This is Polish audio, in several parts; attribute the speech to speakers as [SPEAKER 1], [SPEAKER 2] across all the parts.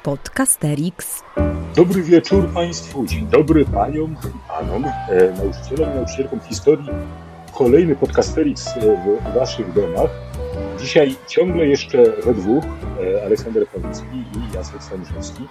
[SPEAKER 1] Podcasterix.
[SPEAKER 2] Dobry wieczór Państwu, dzień dobry Paniom i Panom, nauczycielom i nauczycielkom historii. Kolejny Podcasterix w Waszych domach. Dzisiaj ciągle jeszcze we dwóch, Aleksander Pawlicki i Jacek Stanuszewski.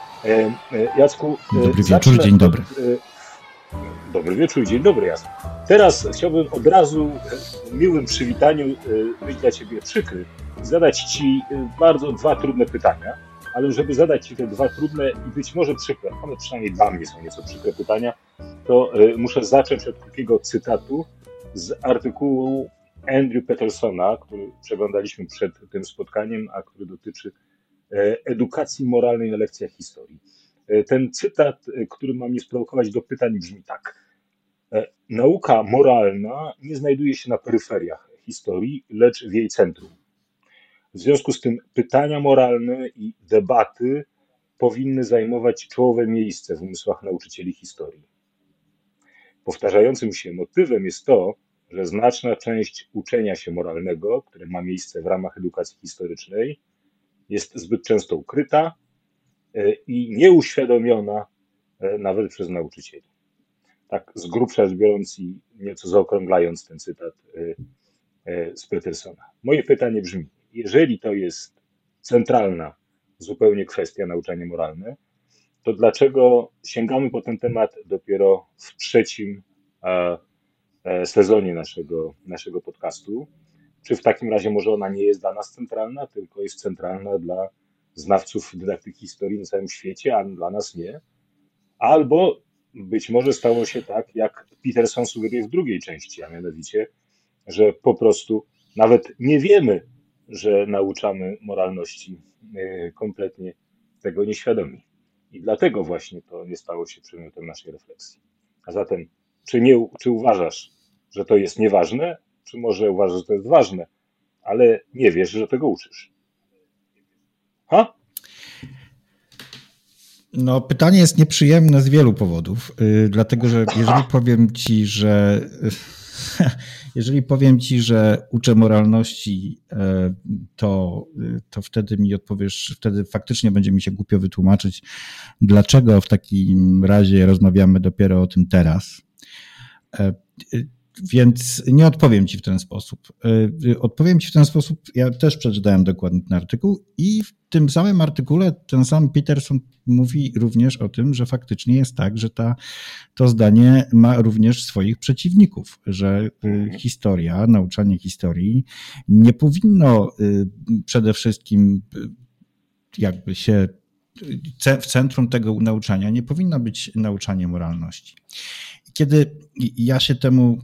[SPEAKER 2] Jacku,
[SPEAKER 3] dobry wieczór, dzień dobry.
[SPEAKER 2] Dobry wieczór, dzień dobry, Jacku. Teraz chciałbym od razu w miłym przywitaniu być dla Ciebie przykry i zadać Ci bardzo dwa trudne pytania. Ale żeby zadać Ci te dwa trudne i być może przykre, one przynajmniej dla mnie są nieco przykre pytania, to muszę zacząć od krótkiego cytatu z artykułu Andrew Petersona, który przeglądaliśmy przed tym spotkaniem, a który dotyczy edukacji moralnej na lekcjach historii. Ten cytat, który ma mnie sprowokować do pytań, brzmi tak. Nauka moralna nie znajduje się na peryferiach historii, lecz w jej centrum. W związku z tym pytania moralne i debaty powinny zajmować czołowe miejsce w umysłach nauczycieli historii. Powtarzającym się motywem jest to, że znaczna część uczenia się moralnego, które ma miejsce w ramach edukacji historycznej, jest zbyt często ukryta i nieuświadomiona nawet przez nauczycieli. Tak z grubsza rzecz biorąc i nieco zaokrąglając ten cytat z Petersona. Moje pytanie brzmi, jeżeli to jest centralna zupełnie kwestia nauczania moralne, to dlaczego sięgamy po ten temat dopiero w trzecim sezonie naszego podcastu? Czy w takim razie może ona nie jest dla nas centralna, tylko jest centralna dla znawców dydaktyki historii na całym świecie, a dla nas nie? Albo być może stało się tak, jak Peterson sugeruje w drugiej części, a mianowicie, że po prostu nawet nie wiemy, że nauczamy moralności, kompletnie tego nieświadomi. I dlatego właśnie to nie stało się przedmiotem naszej refleksji. A zatem, czy uważasz, że to jest nieważne, czy może uważasz, że to jest ważne, ale nie wiesz, że tego uczysz? Ha?
[SPEAKER 3] No, pytanie jest nieprzyjemne z wielu powodów, dlatego że jeżeli powiem ci, że uczę moralności, to wtedy mi odpowiesz, wtedy faktycznie będzie mi się głupio wytłumaczyć, dlaczego w takim razie rozmawiamy dopiero o tym teraz. Więc nie odpowiem ci w ten sposób. Odpowiem ci w ten sposób, ja też przeczytałem dokładnie ten artykuł i w tym samym artykule ten sam Peterson mówi również o tym, że faktycznie jest tak, że to zdanie ma również swoich przeciwników, że historia, nauczanie historii nie powinno przede wszystkim jakby się w centrum tego nauczania nie powinno być nauczanie moralności. Kiedy ja się temu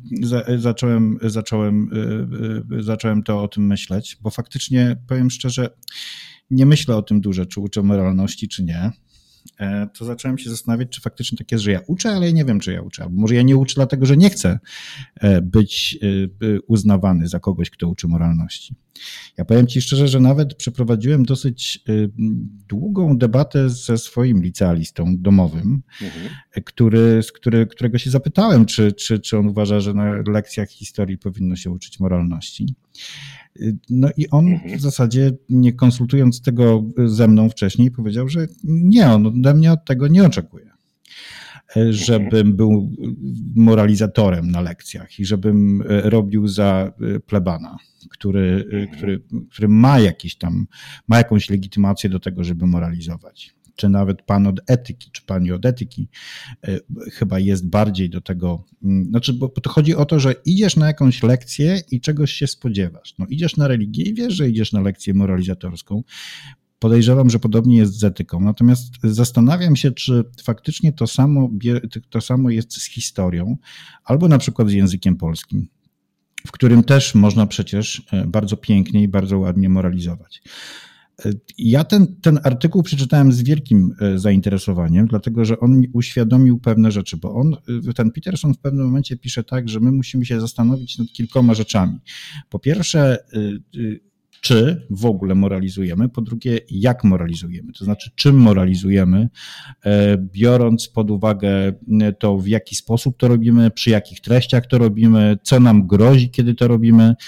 [SPEAKER 3] zacząłem to o tym myśleć, bo faktycznie powiem szczerze, nie myślę o tym dużo, czy uczę moralności, czy nie, to zacząłem się zastanawiać, czy faktycznie tak jest, że ja uczę, ale ja nie wiem, czy ja uczę. Albo może ja nie uczę dlatego, że nie chcę być uznawany za kogoś, kto uczy moralności. Ja powiem ci szczerze, że nawet przeprowadziłem dosyć długą debatę ze swoim licealistą domowym, którego się zapytałem, czy on uważa, że na lekcjach historii powinno się uczyć moralności. No i on w zasadzie, nie konsultując tego ze mną wcześniej, powiedział, że nie, on ode mnie od tego nie oczekuje, żebym był moralizatorem na lekcjach i żebym robił za plebana, który ma jakąś legitymację do tego, żeby moralizować. Czy nawet pan od etyki, czy pani od etyki chyba jest bardziej do tego, znaczy, bo to chodzi o to, że idziesz na jakąś lekcję i czegoś się spodziewasz. No, idziesz na religię i wiesz, że idziesz na lekcję moralizatorską. Podejrzewam, że podobnie jest z etyką. Natomiast zastanawiam się, czy faktycznie to samo jest z historią, albo na przykład z językiem polskim, w którym też można przecież bardzo pięknie i bardzo ładnie moralizować. Ja ten artykuł przeczytałem z wielkim zainteresowaniem, dlatego że on mi uświadomił pewne rzeczy, bo ten Peterson w pewnym momencie pisze tak, że my musimy się zastanowić nad kilkoma rzeczami. Po pierwsze, czy w ogóle moralizujemy, po drugie, jak moralizujemy, to znaczy czym moralizujemy, biorąc pod uwagę to, w jaki sposób to robimy, przy jakich treściach to robimy, co nam grozi, kiedy to robimy.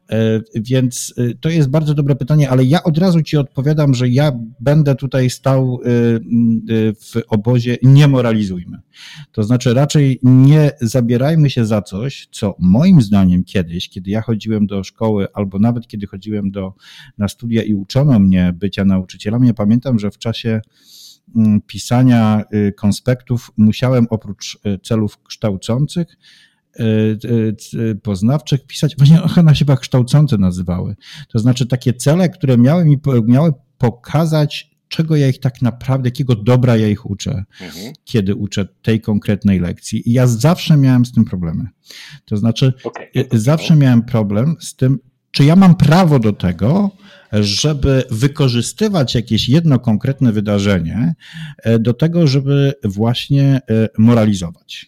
[SPEAKER 3] Więc to jest bardzo dobre pytanie, ale ja od razu ci odpowiadam, że ja będę tutaj stał w obozie nie moralizujmy. To znaczy raczej nie zabierajmy się za coś, co moim zdaniem kiedyś, kiedy ja chodziłem do szkoły albo nawet kiedy chodziłem na studia i uczono mnie bycia nauczycielem, ja pamiętam, że w czasie pisania konspektów musiałem oprócz celów kształcących, poznawczych pisać, właśnie one się chyba kształcące nazywały. To znaczy takie cele, które miały pokazać, czego ja ich tak naprawdę, jakiego dobra ja ich uczę, kiedy uczę tej konkretnej lekcji. I ja zawsze miałem z tym problemy. To znaczy, zawsze miałem problem z tym, czy ja mam prawo do tego, żeby wykorzystywać jakieś jedno konkretne wydarzenie do tego, żeby właśnie moralizować.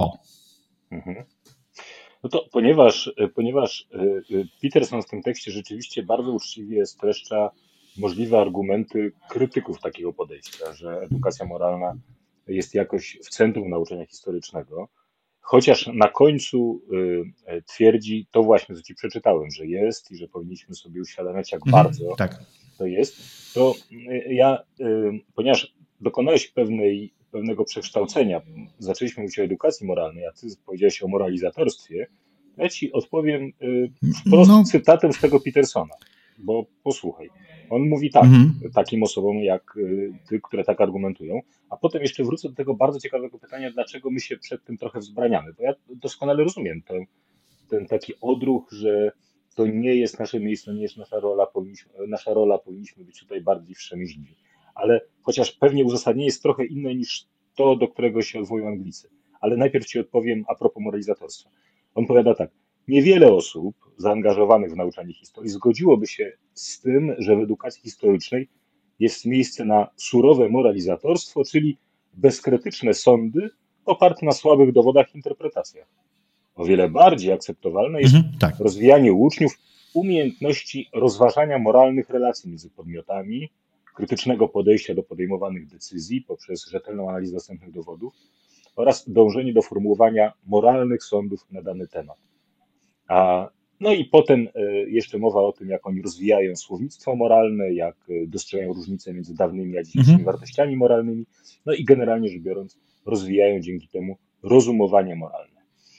[SPEAKER 2] No to ponieważ Peterson w tym tekście rzeczywiście bardzo uczciwie streszcza możliwe argumenty krytyków takiego podejścia, że edukacja moralna jest jakoś w centrum nauczania historycznego, chociaż na końcu twierdzi to właśnie, co ci przeczytałem, że jest i że powinniśmy sobie uświadamiać, jak bardzo to jest, to ja, ponieważ dokonałeś pewnego przekształcenia, zaczęliśmy mówić o edukacji moralnej, a ty powiedziałeś o moralizatorstwie, ja ci odpowiem wprost cytatem z tego Petersona, bo posłuchaj. On mówi tak, takim osobom jak ty, które tak argumentują, a potem jeszcze wrócę do tego bardzo ciekawego pytania, dlaczego my się przed tym trochę wzbraniamy, bo ja doskonale rozumiem ten taki odruch, że to nie jest nasze miejsce, nie jest nasza rola, powinniśmy być tutaj bardziej wstrzemięźliwi. Ale chociaż pewnie uzasadnienie jest trochę inne niż to, do którego się odwołują Anglicy. Ale najpierw ci odpowiem a propos moralizatorstwa. On powiada tak. Niewiele osób zaangażowanych w nauczanie historii zgodziłoby się z tym, że w edukacji historycznej jest miejsce na surowe moralizatorstwo, czyli bezkrytyczne sądy oparte na słabych dowodach i interpretacjach. O wiele bardziej akceptowalne jest rozwijanie u uczniów umiejętności rozważania moralnych relacji między podmiotami, krytycznego podejścia do podejmowanych decyzji poprzez rzetelną analizę dostępnych dowodów oraz dążenie do formułowania moralnych sądów na dany temat. No i potem jeszcze mowa o tym, jak oni rozwijają słownictwo moralne, jak dostrzegają różnice między dawnymi a dzisiejszymi wartościami moralnymi, no i generalnie rzecz biorąc rozwijają dzięki temu rozumowanie moralne.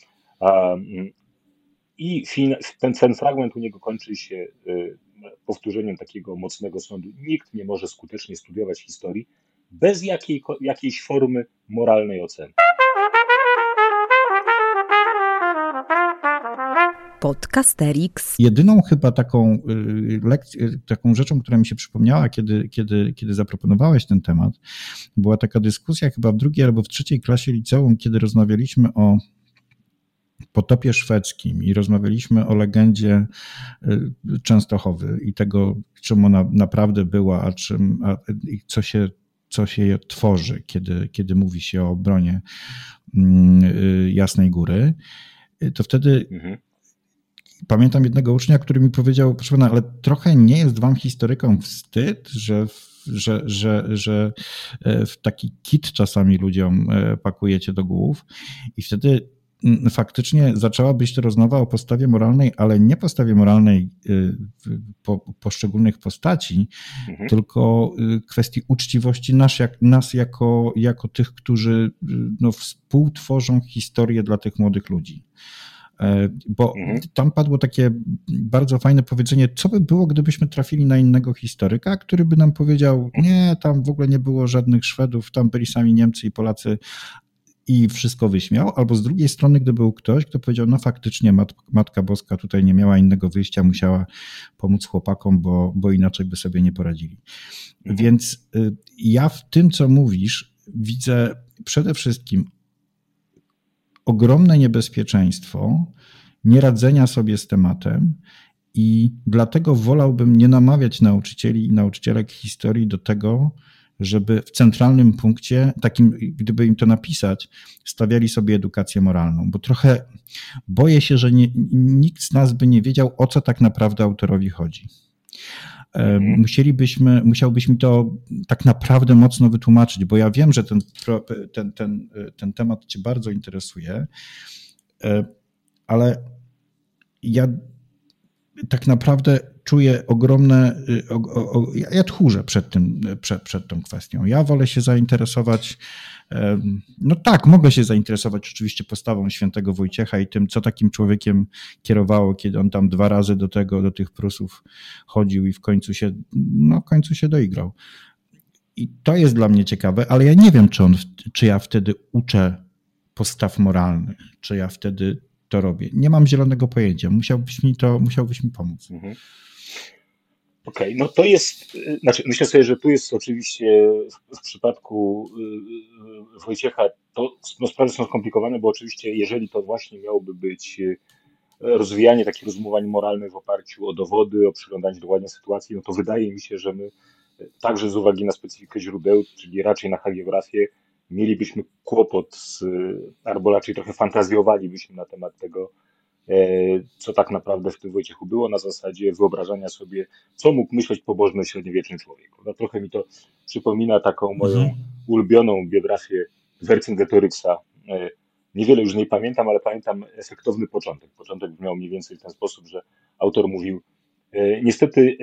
[SPEAKER 2] I ten fragment u niego kończy się powtórzeniem takiego mocnego sądu. Nikt nie może skutecznie studiować historii bez jakiejś formy moralnej oceny.
[SPEAKER 1] Podcasterix.
[SPEAKER 3] Jedyną chyba taką rzeczą, która mi się przypomniała, kiedy zaproponowałeś ten temat, była taka dyskusja chyba w drugiej albo w trzeciej klasie liceum, kiedy rozmawialiśmy o potopie szwedzkim i rozmawialiśmy o legendzie Częstochowy i tego, czym ona naprawdę była, i co się tworzy, kiedy mówi się o obronie Jasnej Góry, to wtedy pamiętam jednego ucznia, który mi powiedział, proszę pana, ale trochę nie jest wam historykom wstyd, że w taki kit czasami ludziom pakujecie do głów i wtedy faktycznie zaczęła być to rozmowa o postawie moralnej, ale nie postawie moralnej poszczególnych postaci, tylko kwestii uczciwości nas jako tych, którzy współtworzą historię dla tych młodych ludzi. Bo tam padło takie bardzo fajne powiedzenie, co by było, gdybyśmy trafili na innego historyka, który by nam powiedział, nie, tam w ogóle nie było żadnych Szwedów, tam byli sami Niemcy i Polacy, i wszystko wyśmiał, albo z drugiej strony, gdy był ktoś, kto powiedział, no faktycznie Matka Boska tutaj nie miała innego wyjścia, musiała pomóc chłopakom, bo inaczej by sobie nie poradzili. Więc ja w tym, co mówisz, widzę przede wszystkim ogromne niebezpieczeństwo nieradzenia sobie z tematem i dlatego wolałbym nie namawiać nauczycieli i nauczycielek historii do tego, żeby w centralnym punkcie, takim, gdyby im to napisać, stawiali sobie edukację moralną, bo trochę boję się, że nikt z nas by nie wiedział, o co tak naprawdę autorowi chodzi. Musiałbyś mi to tak naprawdę mocno wytłumaczyć, bo ja wiem, że ten temat cię bardzo interesuje, ale ja tak naprawdę czuję ogromne, ja tchórzę przed tą kwestią. Ja wolę się zainteresować, no tak, mogę się zainteresować oczywiście postawą świętego Wojciecha i tym, co takim człowiekiem kierowało, kiedy on tam 2 razy do tych Prusów chodził i w końcu się doigrał. I to jest dla mnie ciekawe, ale ja nie wiem, czy ja wtedy uczę postaw moralnych, czy ja wtedy to robię. Nie mam zielonego pojęcia. Musiałbyś mi pomóc.
[SPEAKER 2] Okej, no to jest, znaczy myślę sobie, że tu jest oczywiście w przypadku Wojciecha, sprawy są skomplikowane, bo oczywiście jeżeli to właśnie miałoby być rozwijanie takich rozumowań moralnych w oparciu o dowody, o przyglądanie dokładnie sytuacji, no to wydaje mi się, że my także z uwagi na specyfikę źródeł, czyli raczej na hagiografię, mielibyśmy kłopot albo raczej trochę fantazjowalibyśmy na temat tego, co tak naprawdę w tym Wojciechu było, na zasadzie wyobrażania sobie, co mógł myśleć pobożny średniowieczny człowiek. No, trochę mi to przypomina taką moją ulubioną biografię Vercingetorix'a. Niewiele już nie pamiętam, ale pamiętam efektowny początek. Początek brzmiał mniej więcej w ten sposób, że autor mówił, niestety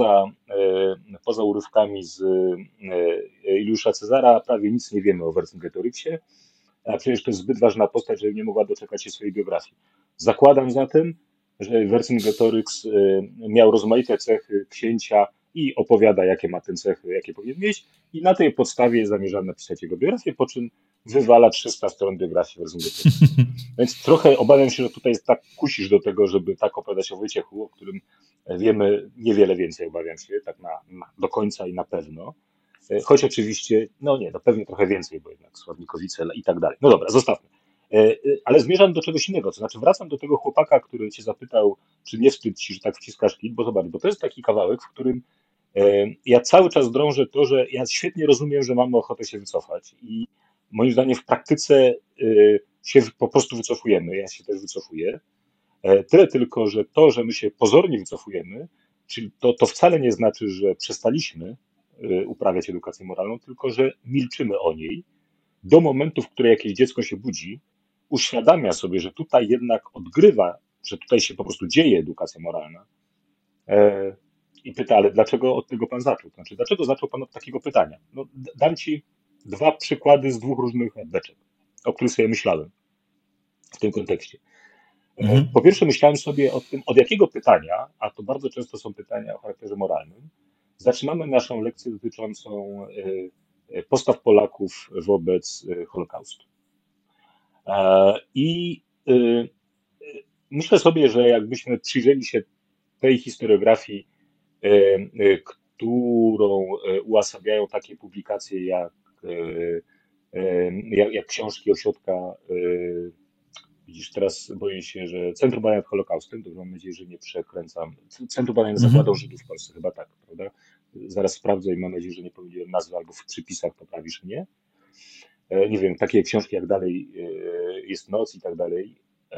[SPEAKER 2] poza urywkami z Juliusza Cezara prawie nic nie wiemy o Vercingetorixie, a przecież to jest zbyt ważna postać, żeby nie mogła doczekać się swojej biografii. Zakładam zatem, że Vercingetorix miał rozmaite cechy księcia i opowiada, jakie ma ten cechy, jakie powinien mieć, i na tej podstawie zamierzam napisać jego biografię, po czym wywala 300 stron biografii Vercingetorixa. Więc trochę obawiam się, że tutaj jest tak kusisz do tego, żeby tak opowiadać o Wojciechu, o którym wiemy niewiele więcej, obawiam się, tak do końca i na pewno. Choć oczywiście, no nie, no pewnie trochę więcej, bo jednak Sławnikowice i tak dalej. No dobra, zostawmy. Ale zmierzam do czegoś innego, to znaczy wracam do tego chłopaka, który cię zapytał, czy nie wstyd ci, że tak wciskasz kit, bo zobacz, bo to jest taki kawałek, w którym ja cały czas drążę to, że ja świetnie rozumiem, że mamy ochotę się wycofać i moim zdaniem w praktyce się po prostu wycofujemy, ja się też wycofuję. Tyle tylko, że to, że my się pozornie wycofujemy, czyli to wcale nie znaczy, że przestaliśmy uprawiać edukację moralną, tylko że milczymy o niej do momentu, w którym jakieś dziecko się budzi, uświadamia sobie, że tutaj jednak odgrywa, że tutaj się po prostu dzieje edukacja moralna i pyta, ale dlaczego od tego pan zaczął? To znaczy, dlaczego zaczął pan od takiego pytania? No, dam ci 2 przykłady z 2 różnych beczek, o których sobie myślałem w tym kontekście. Po pierwsze myślałem sobie o tym, od jakiego pytania, a to bardzo często są pytania o charakterze moralnym, zaczynamy naszą lekcję dotyczącą postaw Polaków wobec Holokaustu. I myślę sobie, że jakbyśmy przyjrzeli się tej historiografii, którą uosabiają takie publikacje jak książki Ośrodka, widzisz, teraz boję się, że Centrum Badań nad Holokaustem, to mam nadzieję, że nie przekręcam. Centrum Badań nad Zagładą Żydów w Polsce, chyba tak, prawda? Zaraz sprawdzę i mam nadzieję, że nie pomyliłem nazwy, albo w przypisach poprawisz mnie. Nie wiem, takie książki jak Dalej jest noc i tak dalej.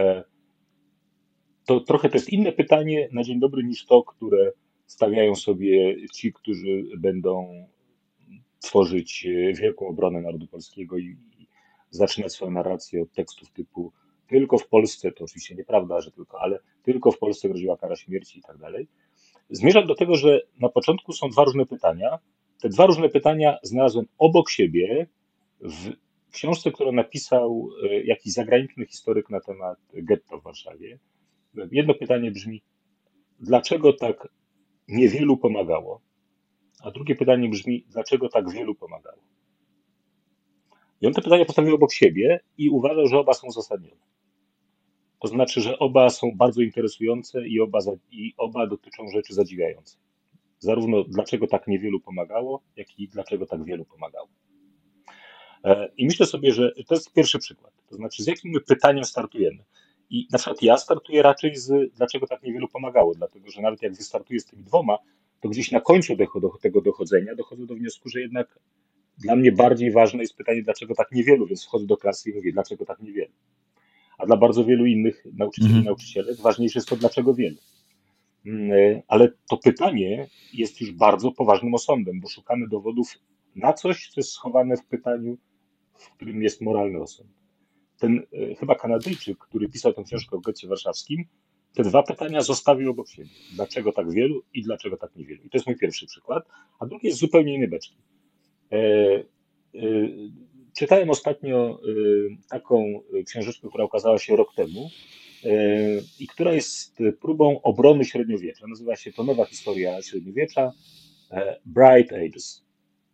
[SPEAKER 2] To trochę to jest inne pytanie na dzień dobry niż to, które stawiają sobie ci, którzy będą tworzyć wielką obronę narodu polskiego i zaczynać swoją narrację od tekstów typu tylko w Polsce, to oczywiście nieprawda, że tylko, ale tylko w Polsce groziła kara śmierci i tak dalej. Zmierzam do tego, że na początku są 2 różne pytania. Te 2 różne pytania znalazłem obok siebie w książce, którą napisał jakiś zagraniczny historyk na temat getta w Warszawie. Jedno pytanie brzmi, dlaczego tak niewielu pomagało? A drugie pytanie brzmi, dlaczego tak wielu pomagało? I on te pytania postawił obok siebie i uważał, że oba są uzasadnione. To znaczy, że oba są bardzo interesujące i oba dotyczą rzeczy zadziwiających. Zarówno dlaczego tak niewielu pomagało, jak i dlaczego tak wielu pomagało. I myślę sobie, że to jest pierwszy przykład. To znaczy, z jakim my pytaniem startujemy. I na przykład ja startuję raczej z dlaczego tak niewielu pomagało, dlatego że nawet jak wystartuję z tymi 2, to gdzieś na końcu tego dochodzenia dochodzę do wniosku, że jednak dla mnie bardziej ważne jest pytanie, dlaczego tak niewielu, więc wchodzę do klasy i mówię, dlaczego tak niewielu. A dla bardzo wielu innych nauczycieli i nauczycielek ważniejsze jest to, dlaczego wielu. Ale to pytanie jest już bardzo poważnym osądem, bo szukamy dowodów na coś, co jest schowane w pytaniu, w którym jest moralny osąd. Ten chyba Kanadyjczyk, który pisał tę książkę o getcie warszawskim, Te dwa pytania zostawił obok siebie. Dlaczego tak wielu i dlaczego tak niewielu? I to jest mój pierwszy przykład. A drugi jest zupełnie innej beczki. E, e, Czytałem ostatnio taką książeczkę, która ukazała się rok temu i która jest próbą obrony średniowiecza. Nazywa się to Nowa historia średniowiecza, Bright Ages.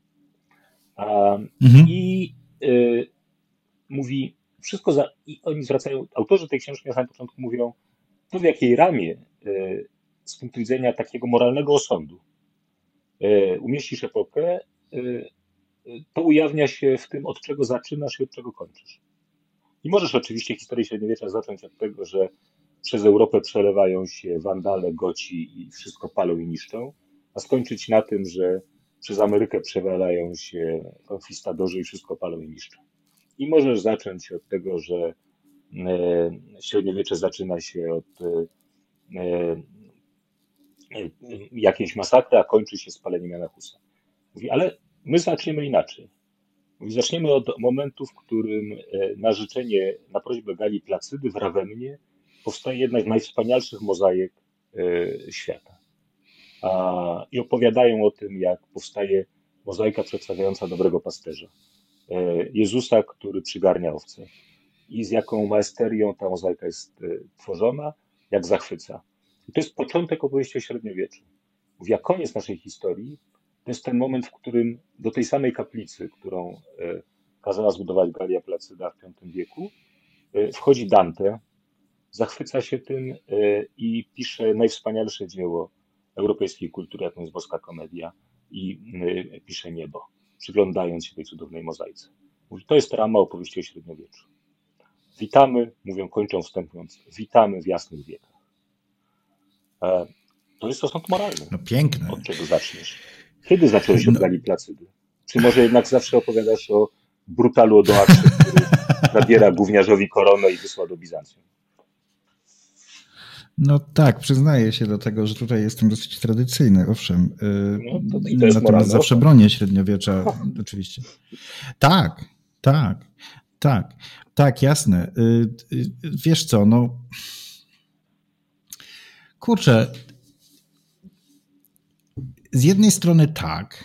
[SPEAKER 2] I mówi i oni zwracają, autorzy tej książki na samym początku mówią, to w jakiej ramie z punktu widzenia takiego moralnego osądu umieścisz epokę, to ujawnia się w tym, od czego zaczynasz i od czego kończysz. I możesz oczywiście historię średniowiecza zacząć od tego, że przez Europę przelewają się Wandale, Goci i wszystko palą i niszczą, a skończyć na tym, że przez Amerykę przewalają się konkwistadorze i wszystko palą i niszczą. I możesz zacząć od tego, że średniowiecze zaczyna się od jakiejś masakry, a kończy się spaleniem Jana Husa. Mówi, ale my zaczniemy inaczej. Mówi, zaczniemy od momentu, w którym na życzenie, na prośbę Gali Placydy w Rawennie powstaje jedna z najwspanialszych mozaik świata. I opowiadają o tym, jak powstaje mozaika przedstawiająca dobrego pasterza. Jezusa, który przygarnia owce. I z jaką maesterią ta mozaika jest tworzona, jak zachwyca. I to jest początek opowieści o średniowieczu. Mówi, a koniec naszej historii to jest ten moment, w którym do tej samej kaplicy, którą kazała zbudować Galia Placyda w V wieku, wchodzi Dante, zachwyca się tym i pisze najwspanialsze dzieło europejskiej kultury, jaką jest Boska Komedia, i pisze Niebo, przyglądając się tej cudownej mozaice. Mówi, to jest rama opowieści o średniowieczu. Witamy, mówią, kończą wstępując, witamy w jasnych wiekach. To jest osąd moralny.
[SPEAKER 3] No piękne.
[SPEAKER 2] Od czego zaczniesz? Kiedy zacząłeś od Gali Placydy? Czy może jednak zawsze opowiadasz o brutalu Odoakrze, który zabiera gówniarzowi koronę i wysła do Bizancjum?
[SPEAKER 3] No tak, przyznaję się do tego, że tutaj jestem dosyć tradycyjny, owszem.
[SPEAKER 2] No, to jest
[SPEAKER 3] natomiast zawsze bronię średniowiecza, oczywiście. Tak, jasne. Wiesz co, no kurczę, z jednej strony tak,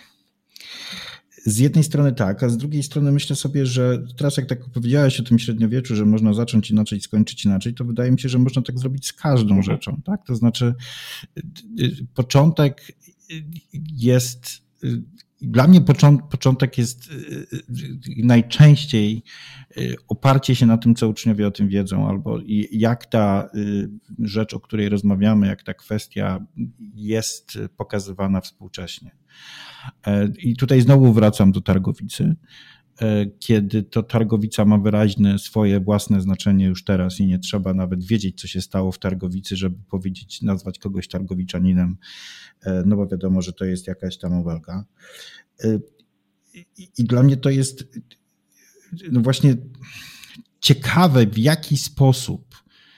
[SPEAKER 3] a z drugiej strony myślę sobie, że teraz jak tak powiedziałeś o tym średniowieczu, że można zacząć inaczej, skończyć inaczej, to wydaje mi się, że można tak zrobić z każdą rzeczą, tak? To znaczy początek jest, dla mnie początek jest najczęściej oparcie się na tym, co uczniowie o tym wiedzą, albo jak ta rzecz, o której rozmawiamy, jak ta kwestia jest pokazywana współcześnie. I tutaj znowu wracam do Targowicy, kiedy to Targowica ma wyraźne swoje własne znaczenie już teraz i nie trzeba nawet wiedzieć, co się stało w Targowicy, żeby powiedzieć, nazwać kogoś Targowiczaninem, no bo wiadomo, że to jest jakaś tam obelga. I dla mnie to jest no właśnie ciekawe, w jaki sposób,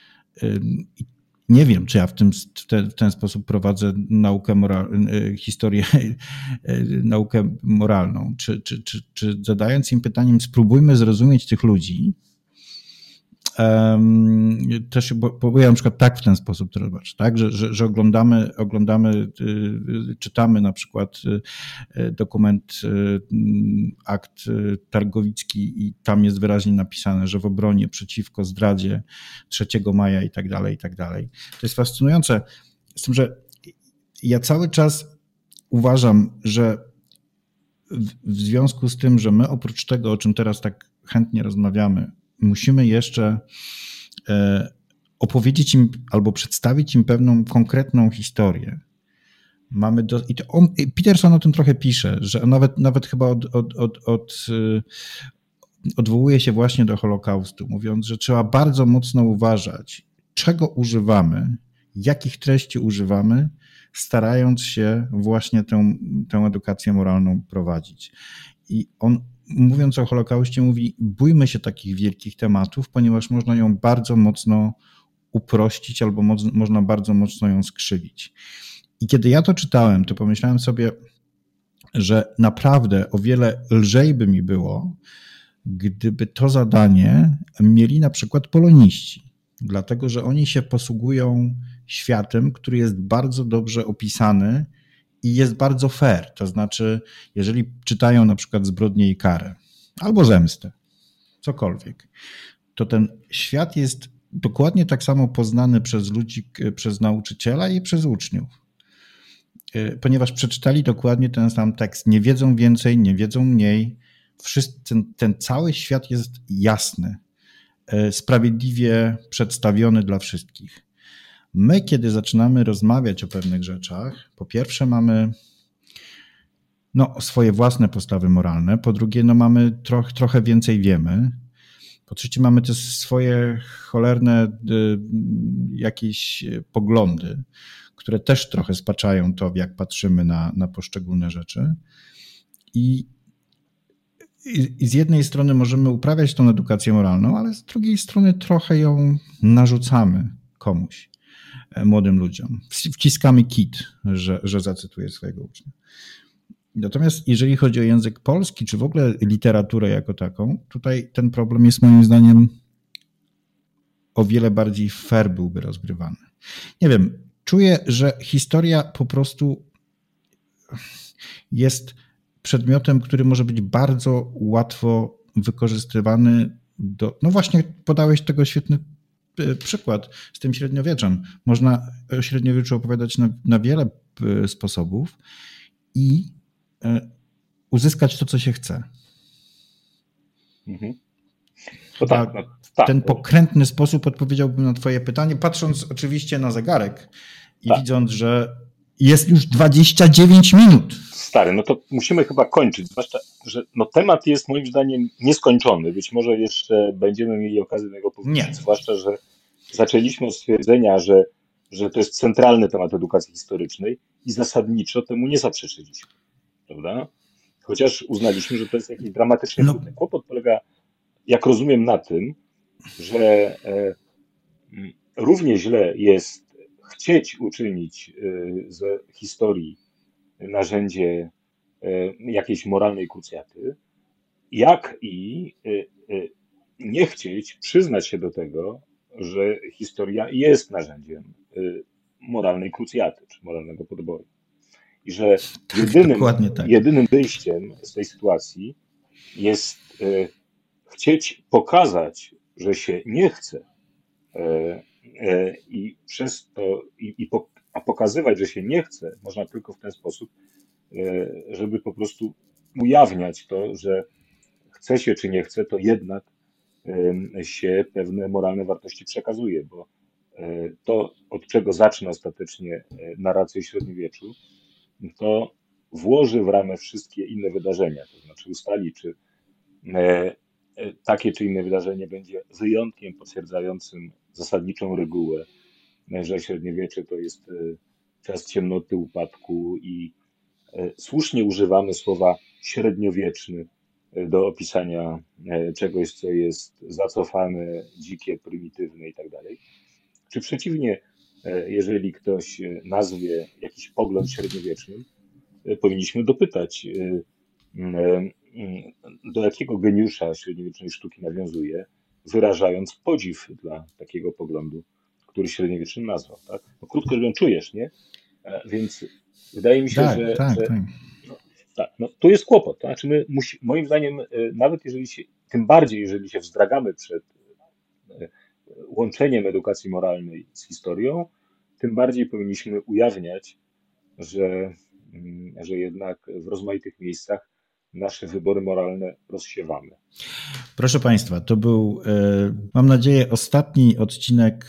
[SPEAKER 3] nie wiem, czy ja w ten sposób prowadzę historię, naukę moralną, czy zadając im pytaniem, spróbujmy zrozumieć tych ludzi, też, bo ja na przykład tak w ten sposób to robię, tak? Że oglądamy, czytamy na przykład dokument, akt targowicki i tam jest wyraźnie napisane, że w obronie przeciwko zdradzie 3 maja i tak dalej, i tak dalej. To jest fascynujące, z tym, że ja cały czas uważam, że w związku z tym, że my oprócz tego, o czym teraz tak chętnie rozmawiamy, musimy jeszcze opowiedzieć im albo przedstawić im pewną konkretną historię. Peterson o tym trochę pisze, że nawet chyba odwołuje się właśnie do Holokaustu, mówiąc, że trzeba bardzo mocno uważać, czego używamy, jakich treści używamy, starając się właśnie tę edukację moralną prowadzić. I on, mówiąc o Holokauście, mówi, bójmy się takich wielkich tematów, ponieważ można ją bardzo mocno uprościć albo można bardzo mocno ją skrzywić. I kiedy ja to czytałem, to pomyślałem sobie, że naprawdę o wiele lżej by mi było, gdyby to zadanie mieli na przykład poloniści. dlatego że oni się posługują światem, który jest bardzo dobrze opisany i jest bardzo fair. To znaczy, jeżeli czytają na przykład Zbrodnię i karę albo Zemstę, cokolwiek, to ten świat jest dokładnie tak samo poznany przez ludzi, przez nauczyciela i przez uczniów. Ponieważ przeczytali dokładnie ten sam tekst. Nie wiedzą więcej, nie wiedzą mniej. Ten cały świat jest jasny, sprawiedliwie przedstawiony dla wszystkich. My, kiedy zaczynamy rozmawiać o pewnych rzeczach, po pierwsze mamy swoje własne postawy moralne, po drugie mamy trochę więcej wiemy, po trzecie mamy te swoje cholerne jakieś poglądy, które też trochę spaczają to, jak patrzymy na poszczególne rzeczy. I z jednej strony możemy uprawiać tą edukację moralną, ale z drugiej strony trochę ją narzucamy komuś, młodym ludziom. Wciskamy kit, że zacytuję swojego ucznia. Natomiast jeżeli chodzi o język polski, czy w ogóle literaturę jako taką, tutaj ten problem jest moim zdaniem o wiele bardziej fair byłby rozgrywany. Nie wiem, czuję, że historia po prostu jest przedmiotem, który może być bardzo łatwo wykorzystywany no właśnie podałeś tego świetny przykład z tym średniowieczem. Można o średniowieczu opowiadać na wiele sposobów i uzyskać to, co się chce.
[SPEAKER 2] Mhm.
[SPEAKER 3] Ten pokrętny sposób odpowiedziałbym na twoje pytanie, patrząc oczywiście na zegarek i widząc, że jest już 29 minut.
[SPEAKER 2] Stary, no to musimy chyba kończyć, zwłaszcza, że temat jest moim zdaniem nieskończony. Być może jeszcze będziemy mieli okazję do niego powiedzieć, zwłaszcza, że zaczęliśmy od stwierdzenia, że to jest centralny temat edukacji historycznej i zasadniczo temu nie zaprzeczyliśmy, prawda? Chociaż uznaliśmy, że to jest jakiś dramatycznie trudny. Kłopot polega, jak rozumiem, na tym, że równie źle jest chcieć uczynić ze historii narzędzie jakiejś moralnej krucjaty, jak i nie chcieć przyznać się do tego, że historia jest narzędziem moralnej krucjaty, czy moralnego podboju. I że jedynym wyjściem z tej sytuacji jest chcieć pokazać, że się nie chce i przez to a pokazywać, że się nie chce, można tylko w ten sposób, żeby po prostu ujawniać to, że chce się czy nie chce, to jednak się pewne moralne wartości przekazuje, bo to, od czego zacznę ostatecznie narrację średniowieczu, to włoży w ramę wszystkie inne wydarzenia, to znaczy ustali, czy takie czy inne wydarzenie będzie wyjątkiem potwierdzającym zasadniczą regułę, że średniowiecze to jest czas ciemnoty, upadku i słusznie używamy słowa średniowieczny do opisania czegoś, co jest zacofane, dzikie, prymitywne i tak dalej. Czy przeciwnie, jeżeli ktoś nazwie jakiś pogląd średniowiecznym, powinniśmy dopytać, do jakiego geniusza średniowiecznej sztuki nawiązuje, wyrażając podziw dla takiego poglądu, który średniowiecznym nazwał. Tak? No, krótko mówiąc, czujesz, nie? Więc wydaje mi się, że tu jest kłopot. To znaczy moim zdaniem, nawet jeżeli tym bardziej jeżeli się wzdragamy przed łączeniem edukacji moralnej z historią, tym bardziej powinniśmy ujawniać, że jednak w rozmaitych miejscach nasze wybory moralne rozsiewamy.
[SPEAKER 3] Proszę Państwa, to był, mam nadzieję, ostatni odcinek,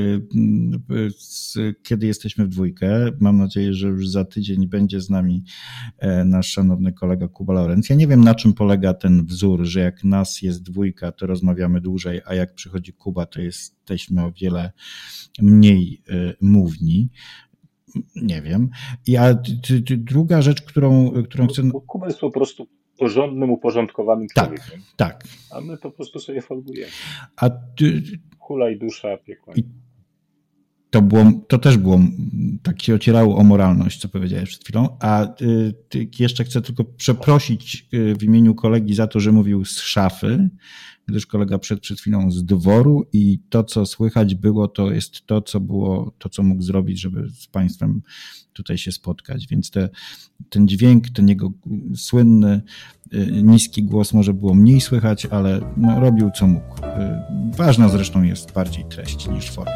[SPEAKER 3] kiedy jesteśmy w dwójkę. Mam nadzieję, że już za tydzień będzie z nami nasz szanowny kolega Kuba Laurenc. Ja nie wiem, na czym polega ten wzór, że jak nas jest dwójka, to rozmawiamy dłużej, a jak przychodzi Kuba, to jesteśmy o wiele mniej mówni. Nie wiem. Druga rzecz, którą chcę...
[SPEAKER 2] Kuba jest po prostu porządnym, uporządkowanym człowiekiem.
[SPEAKER 3] Tak.
[SPEAKER 2] A my po prostu sobie folgujemy. Hulaj dusza, piekła.
[SPEAKER 3] to też było, tak się ocierało o moralność, co powiedziałeś przed chwilą, a jeszcze chcę tylko przeprosić w imieniu kolegi za to, że mówił z szafy, gdyż kolega przed chwilą z dworu i to, co słychać było, to jest to, co mógł zrobić, żeby z Państwem tutaj się spotkać, więc ten dźwięk, ten jego słynny, niski głos może było mniej słychać, ale no, robił co mógł. Ważna zresztą jest bardziej treść niż forma.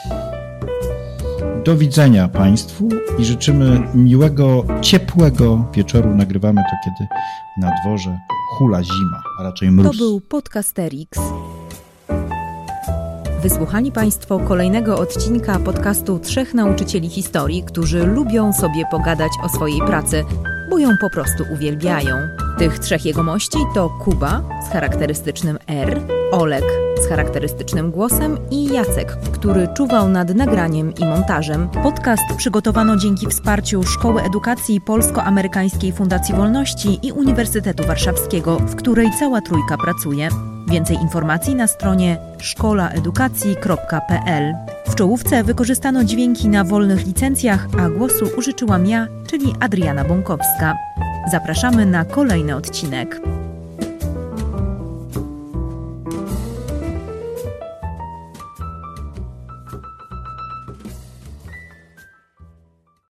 [SPEAKER 3] Do widzenia Państwu i życzymy miłego, ciepłego wieczoru. Nagrywamy to, kiedy na dworze hula zima, a raczej mróz.
[SPEAKER 1] To był Podcasterix. Wysłuchali Państwo kolejnego odcinka podcastu 3 nauczycieli historii, którzy lubią sobie pogadać o swojej pracy, bo ją po prostu uwielbiają. Tych 3 jegomości to Kuba z charakterystycznym R, Olek z charakterystycznym głosem i Jacek, który czuwał nad nagraniem i montażem. Podcast przygotowano dzięki wsparciu Szkoły Edukacji Polsko-Amerykańskiej Fundacji Wolności i Uniwersytetu Warszawskiego, w której cała trójka pracuje. Więcej informacji na stronie szkolaedukacji.pl. W czołówce wykorzystano dźwięki na wolnych licencjach, a głosu użyczyłam ja, czyli Adriana Bąkowska. Zapraszamy na kolejny odcinek.